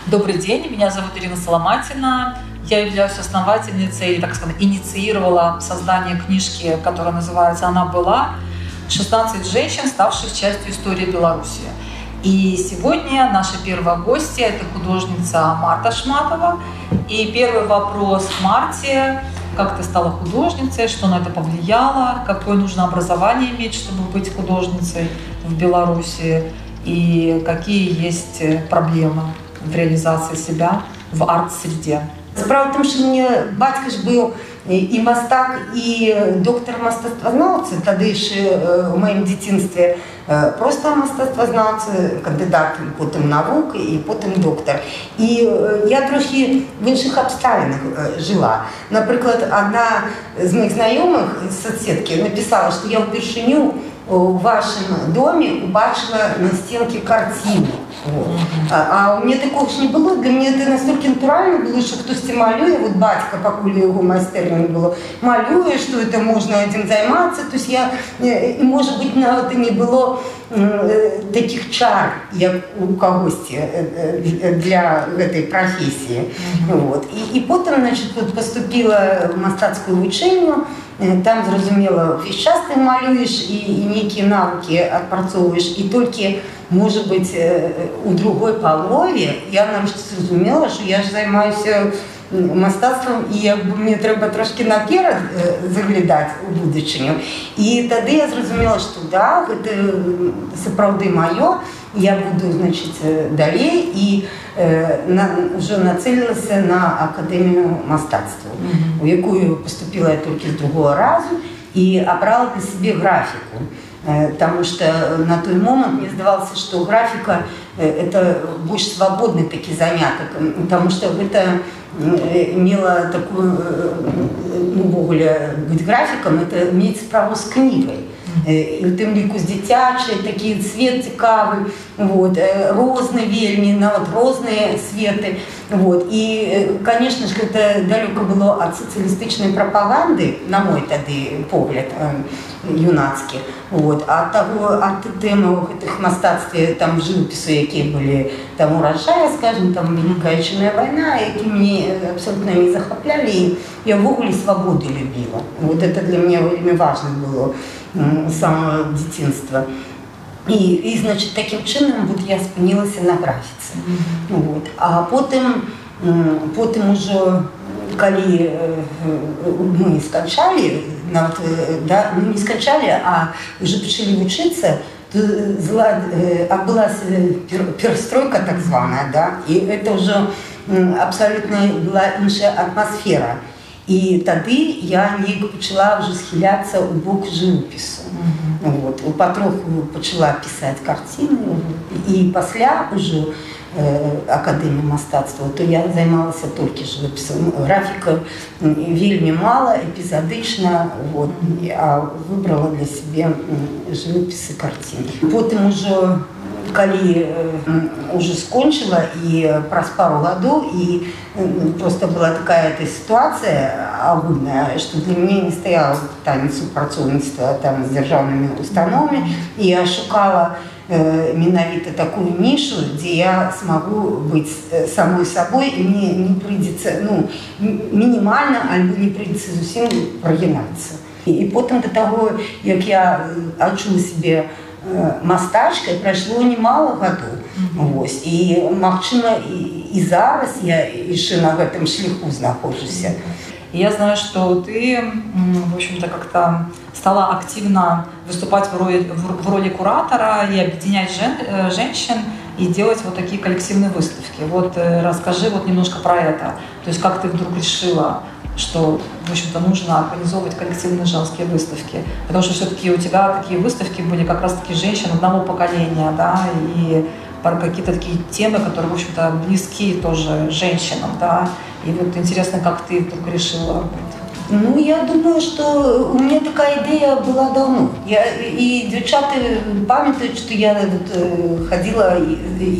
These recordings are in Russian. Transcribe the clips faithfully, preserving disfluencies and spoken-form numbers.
Добрый день, меня зовут Ирина Соломатина. Я являюсь основательницей, или, так сказать, инициировала создание книжки, которая называется «Она была. шестнадцать женщин, ставших частью истории Беларуси». И сегодня наша первая гостья – это художница Марта Шматова. И первый вопрос Марте: как ты стала художницей, что на это повлияло, какое нужно образование иметь, чтобы быть художницей в Беларуси, и какие есть проблемы в реализации себя в арт-среде. Справа в том, що мені батько ж був і мастак, і доктор мистецтвознавця, тоді ще в моєму дитинстві просто мистецтвознавця, кандидат потім наук і потім доктор. І я трохи в інших обставинах жила. Наприклад, одна з моїх знайомих, сусідки, написала, що я вперше в вашем доме убачила на стенке картину. Вот. А, а у меня такого ж не было. Для меня это настолько натурально было, что хтось малює. Вот батька, покулі його майстерня не було, малює, що це можна этим займатися. То есть я, і, може бути, на це не було таких чар, як у когось для цієї професії. Mm-hmm. Вот. І, і потім, значить, тут поступила в мистецьку ученню. Там, зрозуміло, весь час ти малюєш і, і які навики відпрацьовуєш. І тільки, може бути, у другій полові я зрозуміла, що я ж займаюся мистецтвом, і якби мені треба трошки наперед заглядати у будучиню. І тоді я зрозуміла, що так, це справді моє, я буду, значить, далі, і е, на, вже націлилася на Академію мистецтва, mm-hmm. у яку поступила я тільки з другого разу, і обрала для себе графіку. Потому что на тот момент мне здавалось, что графика – это больше свободный такой заняток, потому что это имело такую, ну, в огуле, быть графиком – это иметь справу с книгой. І в тим ліку з дитячої, такий цвет цікавий, вот, розні вельми, вот, розні світи. Вот. І, звісно ж, це далеко було від соціалістичної пропаганди, на мой тоді погляд, юнацький. Вот. А того, от теми цих мистецтв, там, живопису, які були, там, урожай, скажімо, там, Велика Отечественная війна, які мені абсолютно не захопляли, і я в огулі свободу любила. Вот это для мене вельми важливо було з самого дитинства. І, і, значить, таким чином от, я спинилася на графіці. Mm-hmm. Вот. А потім, потім уже, коли ми скончали, да, ну, не скончали, а вже почали вчитися, то відбулася перестройка так звана, да, і це вже абсолютно була інша атмосфера. І тоді я почала вже схилятися у бок живопису. Mm-hmm. Вот. Потроху почала писати картини. І після вже е, Академії мистецтва, то я займалася тільки живописом. Графіка вельми мало, епізодична, вот, а вибрала для себе живопис і картини. Потім вже, коли уже скончила, и праз пару годов, и просто была такая эта ситуация огульная, что для меня не стояло питання супрацовництва там с державными установами, и я шукала э, менавіта такую нишу, где я смогу быть самой собой, и мне не придется, ну, минимально, альбо не придется зовсім прогинаться. И, и потом до того, як я отчула себе мастачкой, пройшло немало годов. Mm-hmm. Ось. І, мабуть, і, і зараз я ще на этом шляху знаходжуся. Mm-hmm. Я знаю, что ты, в общем-то, как-то стала активно выступать в роли, в роли куратора и объединять жен, женщин и делать вот такие коллективные выставки. Вот расскажи вот немножко про это. То есть как ты вдруг решила, что, в общем-то, нужно организовывать коллективные женские выставки. Потому что все-таки у тебя такие выставки были как раз-таки женщин одного поколения, да, и какие-то такие темы, которые, в общем-то, близки тоже женщинам, да. И вот интересно, как ты вдруг решила. Ну, я думаю, что у меня такая идея была давно. Я, и девчата памятают, что я вот, ходила и,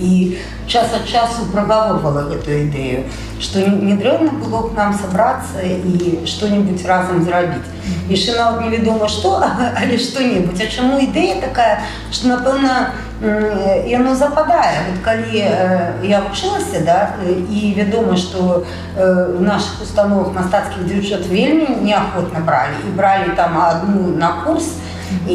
и час от часу проговаривала эту идею, что недревно было к нам собраться и что-нибудь разом зробить. І ще навіть невідомо що, але що-небудь. А чому ідея така, що, напевно, і воно западае. Вот калі я вучылася, да, і вядома, што в наших установах мастацкіх дзяўчат вельмі неахвотна бралі, і бралі там одну на курс. І,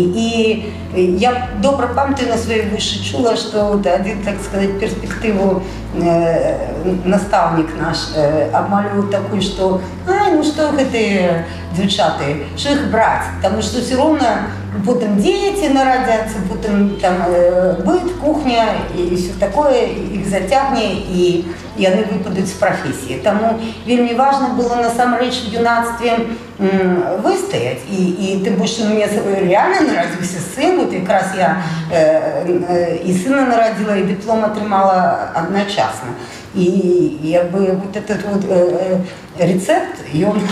і я добре пам'ятаю на своїй виші чула, що один, так сказати, перспективу э, наставник наш э, обмалював таку, що ай, ну що ці дівчата, що їх брати, тому що все одно потім діти народяться, потім там э, бит, кухня і все таке, їх затягне і і вони випадуть з професії. Тому вельми важливо було насамрэч в юнацтві выстоять. И, и тем больше у меня реально народился сын, вот как раз я э, э, и сына народила, и диплом отримала одночасно. И я бы вот этот вот э, рецепт, и он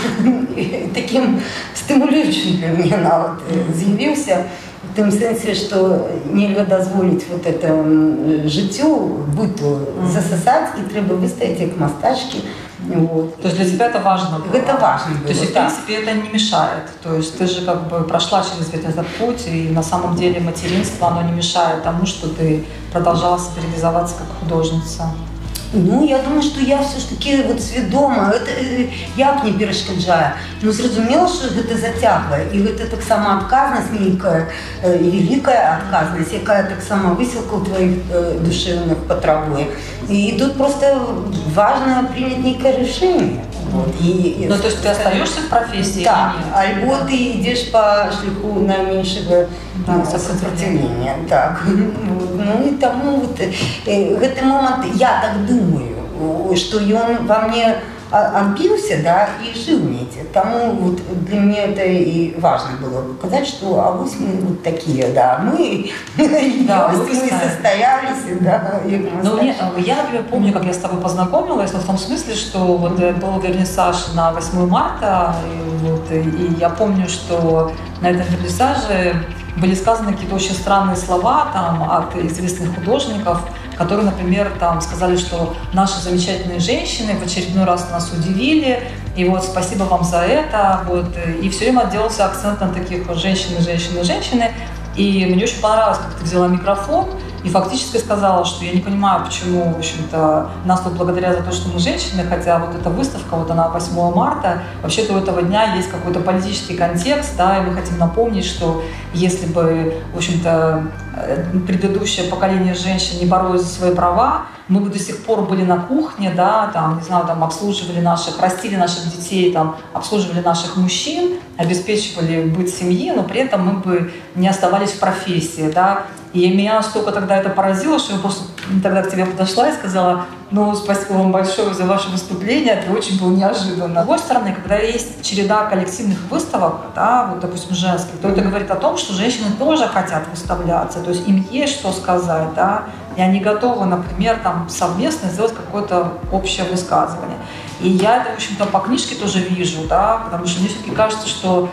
таким стимулирующим для меня навод з'явився. В том сенсе, что нельзя дозволить вот это життю, быту засосать, и треба выстоять как мастачки. Вот. То есть для тебя это важно было? Это важно было, То есть, в принципе, это не мешает. То есть ты же как бы прошла через этот путь, и на самом деле материнство, оно не мешает тому, что ты продолжала себя реализоваться как художница. Ну, я думаю, що я все ж таки вот свідома, это, як не перешкоджаю. Ну, зрозуміло, що це затягує, і це так само відказність велика, і велика відказність, яка так само висілку твоїх душевних потребує. І тут просто важно прийняти некое рішення. Вот. И, ну, то есть ты остаешься в профессии? Да, альбо ты идешь по шляху наименьшего да, сопротивления. Так. Ну и тому вот, в этот момент я так думаю, что он во мне отбился, да, и жил вместе. Тому вот для меня это и важно было показать, что а вот мы вот такие, да, мы, да, мы состоялись, да. Ну, мне, я, например, помню, как я с тобой познакомилась, но в том смысле, что вот был вернисаж на восьмое марта, и, вот, и я помню, что на этом вернисаже были сказаны какие-то очень странные слова там от известных художников, которые, например, там сказали, что наши замечательные женщины в очередной раз нас удивили, и вот спасибо вам за это, вот, и все время делался акцент на таких женщины, женщины, женщины, и мне очень понравилось, как ты взяла микрофон и фактически сказала, что я не понимаю, почему, в общем-то, нас тут благодарят за то, что мы женщины, хотя вот эта выставка, вот она восьмое марта, вообще-то у этого дня есть какой-то политический контекст, да, и мы хотим напомнить, что если бы, в общем-то, предыдущее поколение женщин не боролось за свои права, мы бы до сих пор были на кухне, да, там, не знаю, там, обслуживали наших, растили наших детей, там, обслуживали наших мужчин, обеспечивали быт семьи, но при этом мы бы не оставались в профессии, да. И меня настолько тогда это поразило, что я просто тогда к тебе подошла и сказала, ну, спасибо вам большое за ваше выступление, это очень было неожиданно. С другой стороны, когда есть череда коллективных выставок, да, вот, допустим, женских, то это говорит о том, что женщины тоже хотят выставляться, то есть им есть что сказать, да, и они готовы, например, там, совместно сделать какое-то общее высказывание. И я это, в общем-то, по книжке тоже вижу, да, потому что мне все-таки кажется, что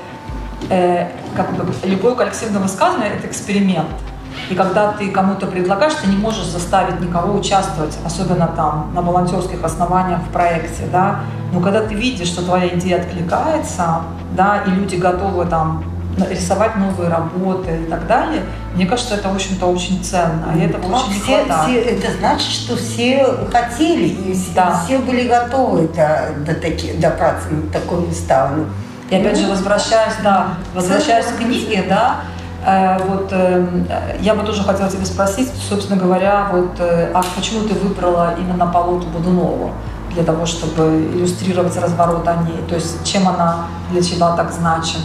э, как бы, любое коллективное высказывание – это эксперимент. И когда ты кому-то предлагаешь, ты не можешь заставить никого участвовать, особенно там на волонтерских основаниях в проекте, да. Но когда ты видишь, что твоя идея откликается, да, и люди готовы там рисовать новые работы и так далее, мне кажется, это, в общем-то, очень ценно, и этого ну, очень все, не хватает. Все, это значит, что все хотели, и все, да. все были готовы до, до, таки, до працы над такой выставой. И опять же, возвращаясь, да, возвращаясь к книге, да, вот я бы тоже хотела тебя спросить, собственно говоря, вот, а почему ты выбрала именно Полоту Бодунову для того, чтобы иллюстрировать разворот о ней? То есть чем она для тебя так значима?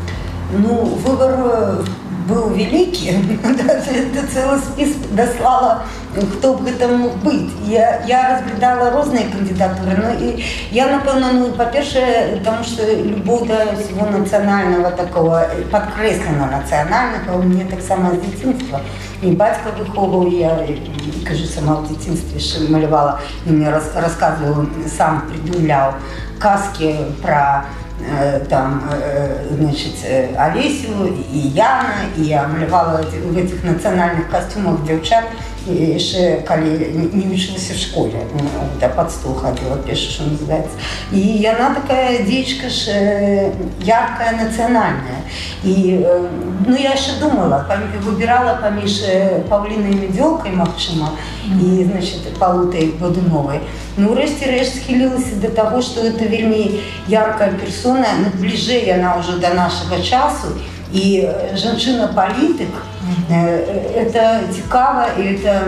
Ну, выбор был великий, это целый список дослала, кто бы это мог быть. Я, я разглядала разные кандидатуры, но и я, напевно, ну, по-перше, потому что любов до всего национального такого, подкреслено национального, у меня так само з дитинства. І батько виховував, я, кажу, сама в дитинстві ще малювала, він мені розказував, сам придумляв казки про там, значит, Олесю и Яна, и я малювала в этих национальных костюмах девчат. еще коли не училась в школе, да, под стол ходила, пеша, что называется. И она такая девочка ж яркая, национальная. И, ну, я еще думала, выбирала поміж Павлиной Меделкой, Махчима, и, значит, Палутой Бодуновой. Ну, врешті-решт схилилась до того, что это вельми яркая персона, ближе она уже до нашего часу. И женщина-политик, это цікаво, и это,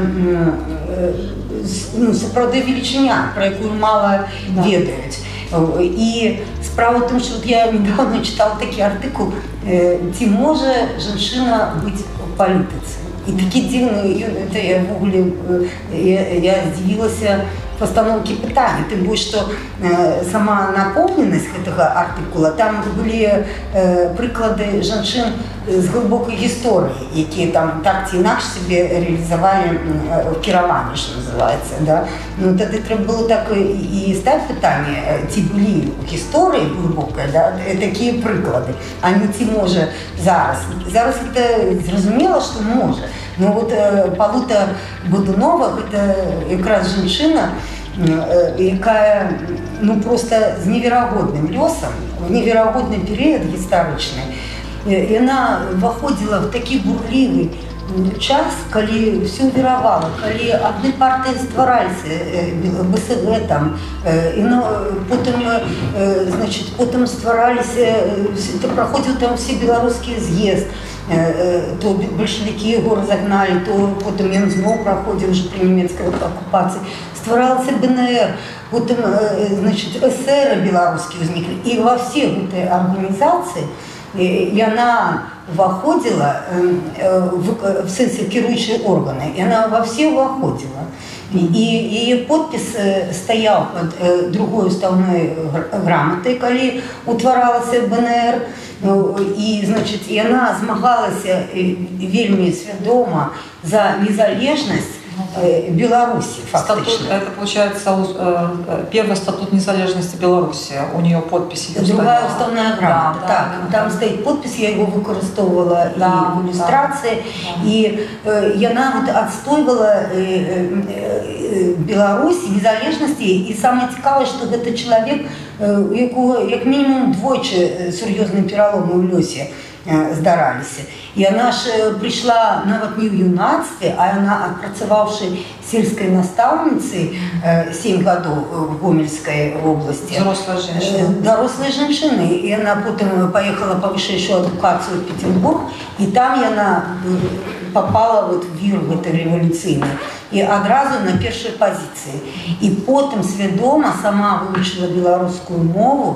ну, сапраўды величиня, про якую мало да. ведают. И справа в том, что вот я недавно читала такой артикул, «Ці може женщина быть в политике?» И такие дивные, это я в угле, я, я удивилась постановке питания, тем более, что э, сама наполненность этого артикула, там были э, приклади женщин з глибокої історії, які там так чи інакше себе реалізували в керуванні, що називається. Да? Ну, тоді треба було так і ставити питання, ці були в історії глибокої, да? Такі приклади, а не ці може зараз. Зараз це зрозуміло, що може. Ну от Палута Бодунова, це якраз жінка, яка, ну, просто з невероятним лесом, в невероятний період історичний. І вона виходила в такий бурливий час, коли все віровало, коли одні партії створалися, БСГ там, і, ну, потім, значить, потім створалися, проходив там всі білоруський з'їзд, то большевики його розогнали, то потім він знову проходив вже при німецькій окупації. Створалася БНР, потім, значить, ес-ери білоруські возникли. І во всіх цих організаціях и она входила в, в сенсе керующие органы, и она во все входила. И ее подпись стоял под другой уставной грамотой, коли утворалася БНР, и, значит, и она змагалась вельми свідомо за незалежность Беларуси, фактически. Статут, это, получается, первый статут незалежности Беларуси, у нее подпись. Другая уставная грамота, да, так, да, там да. стоит подпись, я его выкористовывала да, и в иллюстрации, да. И э, она вот отстаивала э, э, Беларусь, незалежности, и самое цікаве, что это человек, э, якого, як минимум двойче серьезные переломы в лёсе э, здаралися. И она ж пришла нават не в юнацтве, а она, отпрацававши сельской наставницей э, семь годов в Гомельской области. Взрослая женщина. Э, дорослой женщины. И она потом поехала по высшую адукацию в Петербург, и там она попала вот в вир в этой революційний. І одразу на першій позиції. І потім свідомо сама вивчила білоруську мову,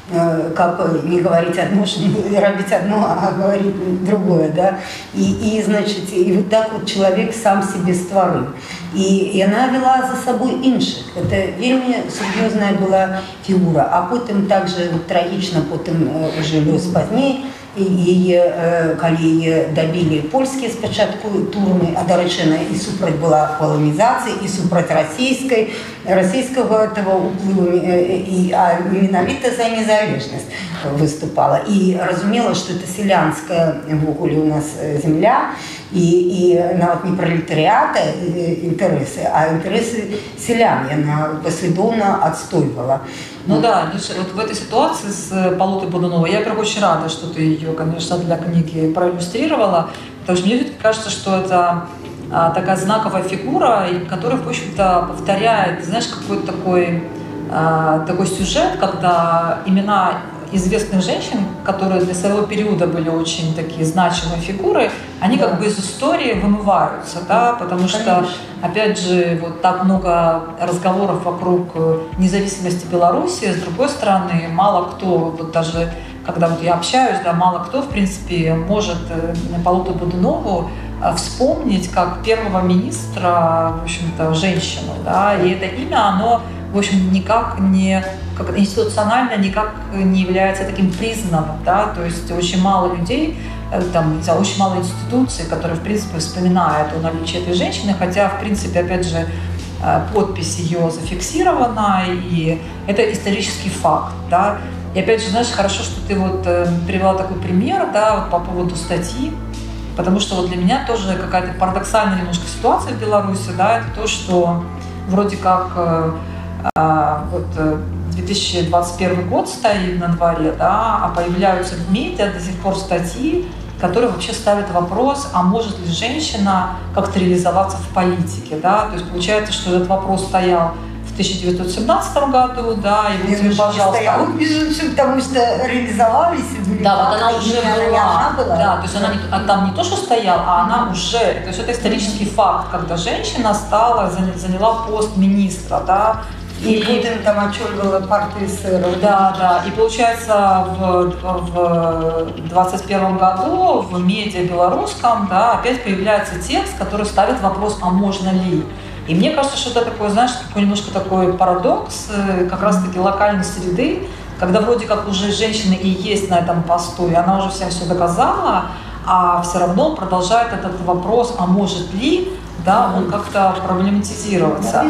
как не говорить одно, что не робить одно, а говорить другое, да, и, и, значит, и вот так вот человек сам себе створил. И, и она вела за собой інших. Это вельми серьезная была фигура. А потом также вот, трагично, потом уже лёс позднее, и коли її добили польські спочатку турми, а до речі, і супроть була колонізації, і супроть російської, російського этого впливу, і, а менавіта за незалежність виступала. І розуміла, що це селянська в ogóle у нас земля, і, і навіть не пролетаріата інтереси, а інтереси селян вона послідовно відстоювала. Ну да, вот в этой ситуации с Палутой Бодуновой, я, во-первых, очень рада, что ты ее, конечно, для книги проиллюстрировала, потому что мне кажется, что это а, такая знаковая фигура, которая, в общем-то, повторяет, знаешь, какой-то такой, а, такой сюжет, когда имена известных женщин, которые для своего периода были очень такие значимые фигуры, они да. как бы из истории вымываются, да, потому что, конечно. Опять же, вот так много разговоров вокруг независимости Беларуси, с другой стороны, мало кто, вот даже когда вот я общаюсь, да, мало кто, в принципе, может Палуту Бодунову вспомнить как первого министра, в общем-то, женщину, да, и это имя, оно, в общем, никак не, как институционально никак не является таким признанным, да, то есть очень мало людей, там, не знаю, очень мало институций, которые, в принципе, вспоминают о наличии этой женщины, хотя, в принципе, опять же, подпись ее зафиксирована, и это исторический факт, да. И опять же, знаешь, хорошо, что ты вот привела такой пример, да, вот по поводу статьи, Потому что вот для меня тоже какая-то парадоксальная немножко ситуация в Беларуси, да, это то, что вроде как э, э, вот две тысячи двадцать первый год стоит на дворе, да, а появляются в медиа до сих пор статьи, которые вообще ставят вопрос, а может ли женщина как-то реализоваться в политике, да, то есть получается, что этот вопрос стоял в тысяча девятьсот семнадцатом году, да, и вот, не пожалуйста. Потому что реализовались и были. Да, вот она уже была, была. Да, то есть она не, а там не то, что стояла, а она уже, то есть это исторический факт, когда женщина стала, заняла пост министра, да. И, и Путин там отчергала партию эсеров. Да, да. И получается в, в двадцать первом году в медиа белорусском, да, опять появляется текст, который ставит вопрос, а можно ли. И мне кажется, что это такой, знаешь, такой немножко такой парадокс как раз-таки локальной среды, когда вроде как уже женщина и есть на этом посту, и она уже всем все доказала, а все равно продолжает этот вопрос, а может ли, да, он как-то проблематизироваться.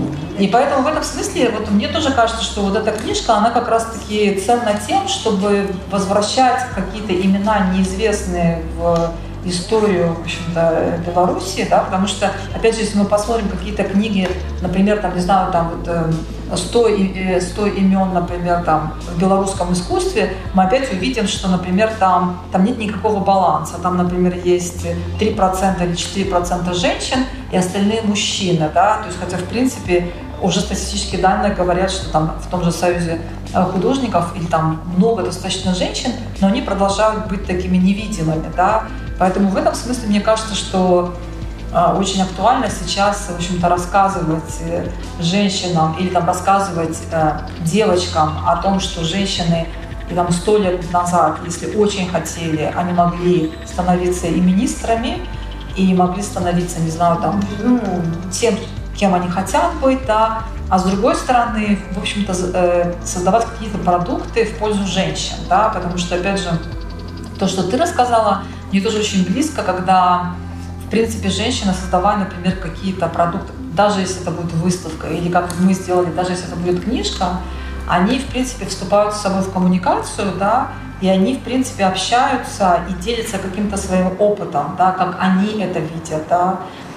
И поэтому в этом смысле вот мне тоже кажется, что вот эта книжка, она как раз-таки ценна тем, чтобы возвращать какие-то имена неизвестные в историю, в общем-то, Беларуси, да, потому что, опять же, если мы посмотрим какие-то книги, например, там, не знаю, там вот сто, сто имен, например, там, в белорусском искусстве, мы опять увидим, что, например, там, там нет никакого баланса, там, например, есть три процента или четыре процента женщин и остальные мужчины, да, то есть, хотя, в принципе, уже статистические данные говорят, что там в том же союзе художников или там много достаточно женщин, но они продолжают быть такими невидимыми, да. Поэтому в этом смысле мне кажется, что э, очень актуально сейчас, в общем-то, рассказывать женщинам или там рассказывать э, девочкам о том, что женщины и там сто лет назад, если очень хотели, они могли становиться и министрами, и могли становиться, не знаю, там, ну, тем, кем они хотят быть, да, а с другой стороны, в общем-то, создавать какие-то продукты в пользу женщин, да, потому что, опять же, то, что ты рассказала, мне тоже очень близко, когда, в принципе, женщина, создавая, например, какие-то продукты, даже если это будет выставка, или как мы сделали, даже если это будет книжка, они, в принципе, вступают с собой в коммуникацию, да, и они, в принципе, общаются и делятся каким-то своим опытом, да, как они это видят, да.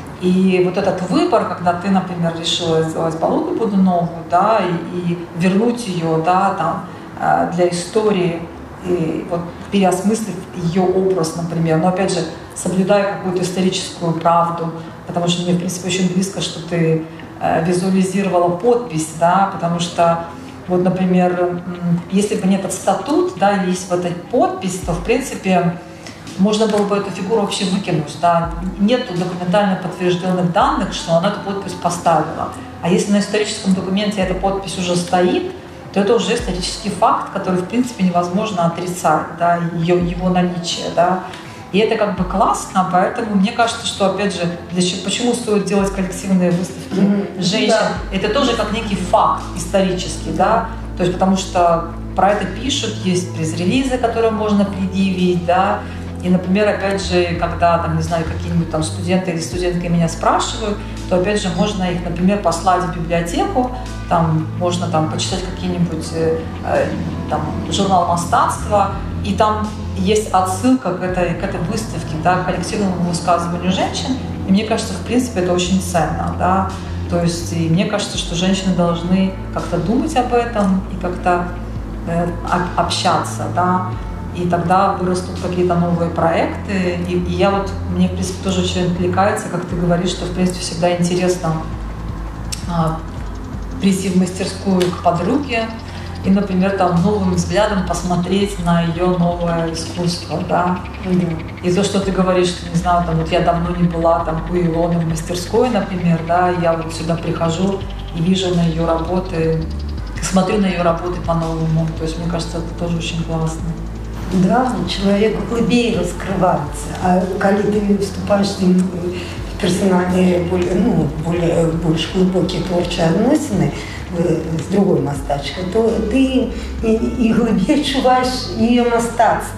И вот этот выбор, когда ты, например, решила сделать Балугу Будунову, да, и, и вернуть ее, да, там, для истории, и вот переосмыслив ее образ, например, но опять же, соблюдая какую-то историческую правду, потому что мне, в принципе, очень близко, что ты визуализировала подпись, да, потому что вот, например, если бы не этот статут, да, или есть вот эта подпись, то, в принципе, можно было бы эту фигуру вообще выкинуть, да. Нет документально подтвержденных данных, что она эту подпись поставила. А если на историческом документе эта подпись уже стоит, то это уже исторический факт, который, в принципе, невозможно отрицать, да, ее, его наличие, да. И это как бы классно, поэтому мне кажется, что, опять же, для чего, почему стоит делать коллективные выставки mm-hmm. женщин, да. Это тоже как некий факт исторический, да, то есть потому что про это пишут, есть пресс-релизы, которые можно предъявить, да. И, например, опять же, когда, там, не знаю, какие-нибудь там студенты или студентки меня спрашивают, то, опять же, можно их, например, послать в библиотеку, там можно там почитать какие-нибудь, э, там, журнал «Мастатство», и там есть отсылка к этой, к этой выставке, да, к коллективному высказыванию женщин. И мне кажется, в принципе, это очень ценно, да. То есть, и мне кажется, что женщины должны как-то думать об этом и как-то э, общаться, да. И тогда вырастут какие-то новые проекты. И, и я вот, мне, в принципе, тоже очень откликается, как ты говоришь, что, в принципе, всегда интересно а, прийти в мастерскую к подруге и, например, там новым взглядом посмотреть на ее новое искусство, да. Mm-hmm. И то, что ты говоришь, что, не знаю, там, вот я давно не была там у Илоны в мастерской, например, да, я вот сюда прихожу и вижу на ее работы, смотрю на ее работы по-новому. То есть, мне кажется, это тоже очень классно. Да, человек глубее раскрывается, а когда ты вступаешь с ним в персональные, более, ну, более, больше глубокие творчие адносины с другой мастачкой, то ты и, и глибше відчуваєш її мастацтво.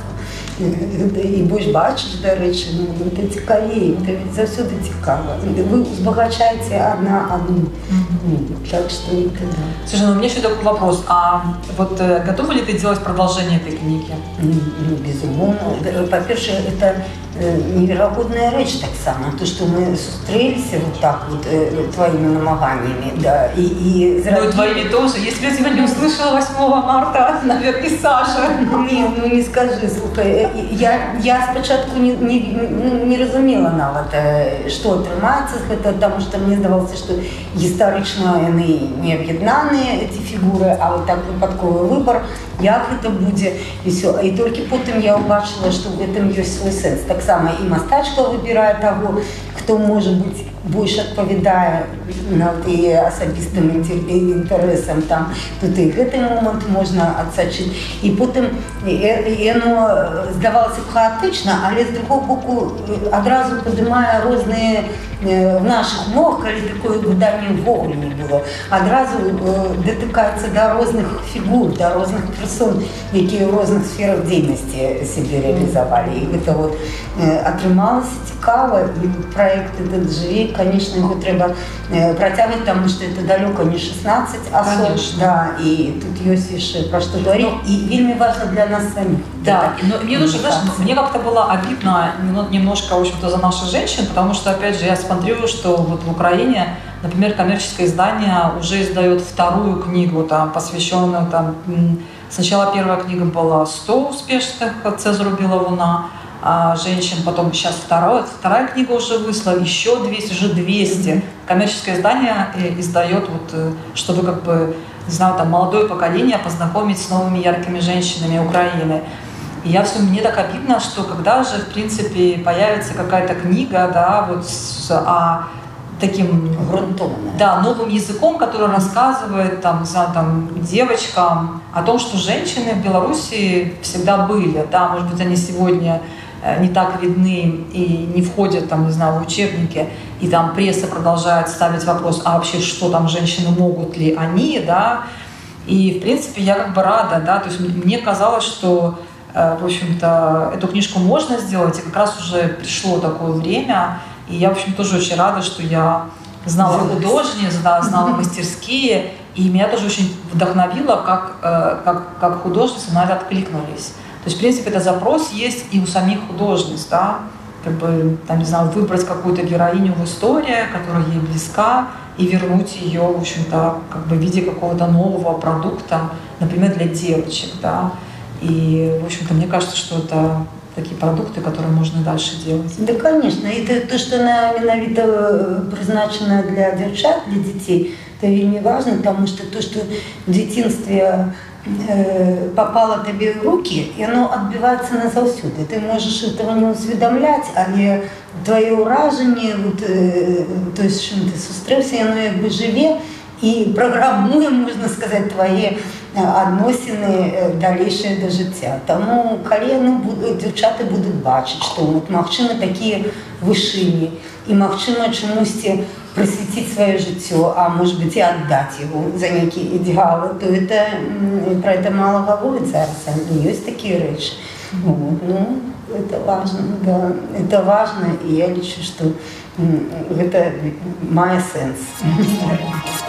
І будеш бачиш, до речі, ну, це цікавіє, це завсюди цікаво. Вы збагачаєте одна одну. Mm-hmm. Так что это да. Слушай, ну у меня еще такой вопрос. А вот готова ли ты делать продолжение этой книги? Ну, безумно. По-перше, это неверагодная рэч таксама, то, што мы сустрэліся вот так вот э, твоими намаганиями, да, и, и ну и твоими тоже. Если я тебя не услышала восьмого марта на вернисаже. Не, ну не скажи, слухай, я, я спочатку не, не, не разумела нават, што атрымаецца з гэта, потому что мне здавалося, што гістарычна яны не аб'яднаныя, эти фігуры, а вот так выпадковы выбор, як гэта будзе, і все. І толькі потым я ўбачыла, што ў гэтым ёсць свой сэнс. Таксама і мастачка выбірае таго, хто можа быць больш адпавядае на і асабістым інтарэсам, там тут і гэты момант можна адсачыць. І потым яно здавалася б хаатычна, але з другого боку адразу падымае розныя в наших умовах, калі такое выданне ўвогуле не было, адразу датыкаецца да розных фігур, да розных персон, якія ў розных сферах дзейнасці сябе реалізавалі. І гэта вот атрымалася цікава, і проект этот жыве, конечно, его треба протягивать, потому что это далеко не шестнадцать особ, да, и тут есть еще про что говорить, но, и вельми важно для нас самих. Да, но мне тоже, знаешь, мне как-то было обидно немножко, в общем-то, за наших женщин, потому что, опять же, я смотрю, что вот в Украине, например, коммерческое издание уже издает вторую книгу, там, посвященную, там, сначала первая книга была сто успешных Цезарю Беловуна, женщин, потом сейчас вторая, вторая книга уже вышла, еще двести, уже двести. Коммерческое издание издает, вот, чтобы как бы, не знаю, там, молодое поколение познакомить с новыми яркими женщинами Украины. И я все, мне так обидно, что когда же, в принципе, появится какая-то книга, да, вот с а, таким грунтовным, да, новым языком, который рассказывает там, не знаю, там, девочкам о том, что женщины в Беларуси всегда были, да, может быть, они сегодня не так видны и не входят, там, не знаю, в учебники, и там пресса продолжает ставить вопрос, а вообще, что там женщины могут ли они, да, и, в принципе, я как бы рада, да, то есть мне казалось, что, в общем-то, эту книжку можно сделать, и как раз уже пришло такое время, и я, в общем, тоже очень рада, что я знала художниц, да, знала мастерские, и меня тоже очень вдохновило, как, как, как художницы на это откликнулись. То есть, в принципе, этот запрос есть и у самих художниц, да, как бы, там, не знаю, выбрать какую-то героиню в истории, которая ей близка, и вернуть ее, в общем-то, как бы в виде какого-то нового продукта, например, для девочек, да. И, в общем-то, мне кажется, что это такие продукты, которые можно дальше делать. Да, конечно. И то, то что она менавіта призначена для девчат, для детей, это вельми важно, потому что то, что в детстве попало тебе в руки, и оно отбивается назаўсёды. Ты можешь этого не усведомлять, але твое уражение, вот, то есть, чым ты сустрэўся, оно як бы жыве и программуе, можно сказать, твои адносіны далейшыя да жыцця. Таму, калі яны будуць, дзяўчаты будуць бачыць, што вот, магчыма такія вышыні, і магчыма чамусьці прысвяціць сваё жыццё, а может быть и отдать его за некие идеалы, то это, про это мало говорится зараз, есть такие рэчы. Вот, ну, это важно, да, это важно, и я лічу, что это мае сэнс.